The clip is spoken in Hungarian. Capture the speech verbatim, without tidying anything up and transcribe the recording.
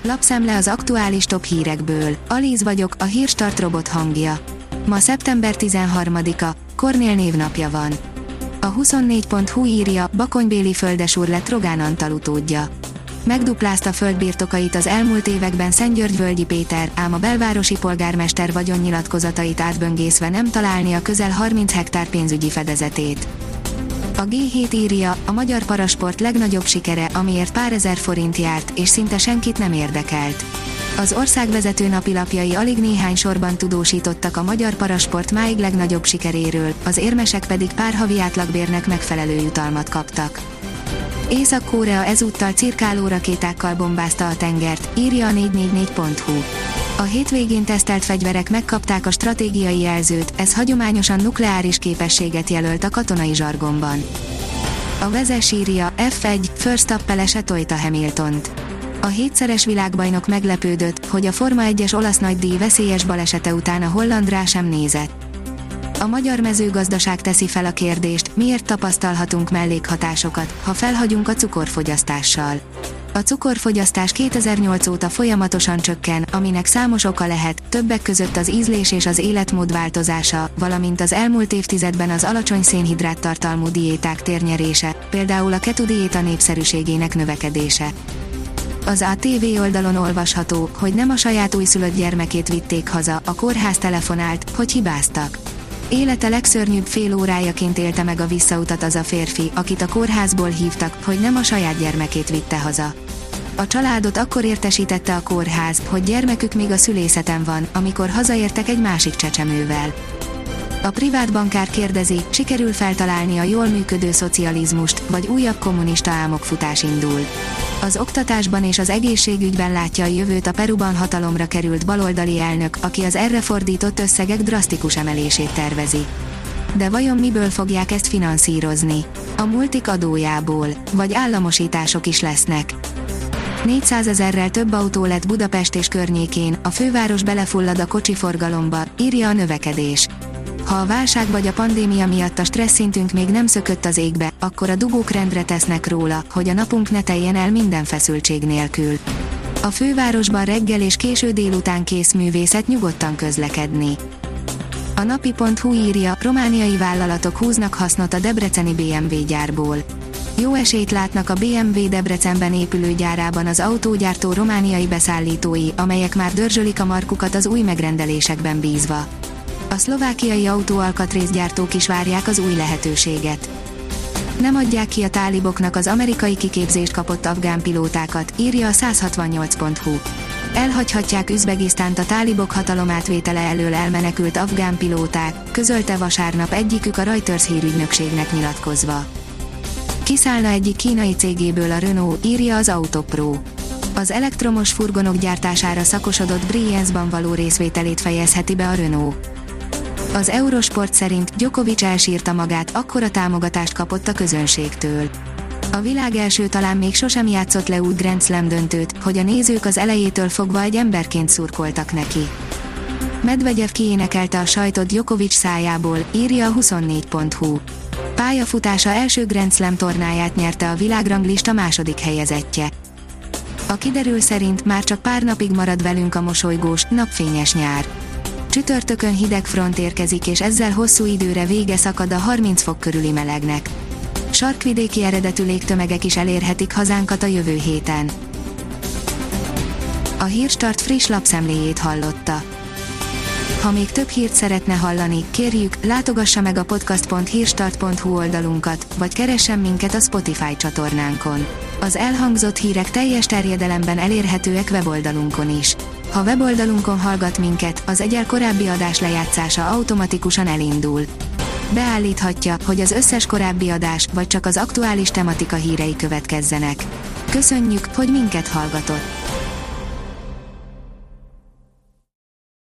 Lapszemle az aktuális top hírekből. Alíz vagyok, a Hírstart robot hangja. Ma szeptember tizenharmadika, Kornél névnapja van. A huszonnégy pont hu írja, bakonybéli földesúr lett Rogán Antal utódja. Megduplázta földbirtokait az elmúlt években Szentgyörgy-Völgyi Péter, ám a belvárosi polgármester vagyonnyilatkozatait átböngészve nem találni a közel harminc hektár pénzügyi fedezetét. A gé hét írja, a magyar parasport legnagyobb sikere, amiért pár ezer forint járt, és szinte senkit nem érdekelt. Az országvezető napilapjai alig néhány sorban tudósítottak a magyar parasport máig legnagyobb sikeréről, az érmesek pedig pár havi átlagbérnek megfelelő jutalmat kaptak. Észak-Korea ezúttal cirkáló rakétákkal bombázta a tengert, írja a négy négy négy pont hu. A hétvégén tesztelt fegyverek megkapták a stratégiai jelzőt, ez hagyományosan nukleáris képességet jelölt a katonai zsargonban. A Vezes írja, ef egy, Verstappen lesetolta Hamiltont. A hétszeres világbajnok meglepődött, hogy a Forma egyes olasz nagydíj veszélyes balesete után a holland rá sem nézett. A magyar mezőgazdaság teszi fel a kérdést, miért tapasztalhatunk mellékhatásokat, ha felhagyunk a cukorfogyasztással. A cukorfogyasztás kétezer-nyolc óta folyamatosan csökken, aminek számos oka lehet, többek között az ízlés és az életmód változása, valamint az elmúlt évtizedben az alacsony szénhidrát-tartalmú diéták térnyerése, például a keto diéta népszerűségének növekedése. Az á té vé oldalon olvasható, hogy nem a saját újszülött gyermekét vitték haza, a kórház telefonált, hogy hibáztak. Élete legszörnyűbb fél órájaként élte meg a visszautat az a férfi, akit a kórházból hívtak, hogy nem a saját gyermekét vitte haza. A családot akkor értesítette a kórház, hogy gyermekük még a szülészeten van, amikor hazaértek egy másik csecsemővel. A privát bankár kérdezi, sikerül feltalálni a jól működő szocializmust, vagy újabb kommunista álmokfutás indul. Az oktatásban és az egészségügyben látja a jövőt a Peruban hatalomra került baloldali elnök, aki az erre fordított összegek drasztikus emelését tervezi. De vajon miből fogják ezt finanszírozni? A multik adójából, vagy államosítások is lesznek? négyszázezerrel több autó lett Budapest és környékén, a főváros belefullad a kocsiforgalomba, írja a Növekedés. Ha a válság vagy a pandémia miatt a stressz szintünk még nem szökött az égbe, akkor a dugók rendre tesznek róla, hogy a napunk ne teljen el minden feszültség nélkül. A fővárosban reggel és késő délután kész művészet nyugodtan közlekedni. A napi pont hu írja, romániai vállalatok húznak hasznot a debreceni bé em vé gyárból. Jó esélyt látnak a bé em vé Debrecenben épülő gyárában az autógyártó romániai beszállítói, amelyek már dörzsölik a markukat az új megrendelésekben bízva. A szlovákiai autóalkatrészgyártók is várják az új lehetőséget. Nem adják ki a táliboknak az amerikai kiképzést kapott afgán pilótákat, írja a száz hatvannyolc pont hu. Elhagyhatják Üzbegisztánt a tálibok hatalomátvétele elől elmenekült afgán pilóták, közölte vasárnap egyikük a Reuters hírügynökségnek nyilatkozva. Kiszállna egyik kínai cégéből a Renault, írja az Autopro. Az elektromos furgonok gyártására szakosodott Brienz-ban való részvételét fejezheti be a Renault. Az Eurosport szerint Djokovic elsírta magát, akkora támogatást kapott a közönségtől. A világ első talán még sosem játszott le úgy Grand Slam döntőt, hogy a nézők az elejétől fogva egy emberként szurkoltak neki. Medvegyev kiénekelte a sajtot Djokovic szájából, írja a huszonnégy pont hu. Pályafutása első Grand Slam tornáját nyerte a világranglista második helyezettje. A kiderül szerint már csak pár napig marad velünk a mosolygós, napfényes nyár. Csütörtökön hideg front érkezik, és ezzel hosszú időre vége szakad a harminc fok körüli melegnek. Sarkvidéki eredetű légtömegek is elérhetik hazánkat a jövő héten. A Hírstart friss lapszemléjét hallotta. Ha még több hírt szeretne hallani, kérjük, látogassa meg a podcast pont hírstart pont hu oldalunkat, vagy keressen minket a Spotify csatornánkon. Az elhangzott hírek teljes terjedelemben elérhetőek weboldalunkon is. Ha weboldalunkon hallgat minket, az egyel korábbi adás lejátszása automatikusan elindul. Beállíthatja, hogy az összes korábbi adás, vagy csak az aktuális tematika hírei következzenek. Köszönjük, hogy minket hallgatott!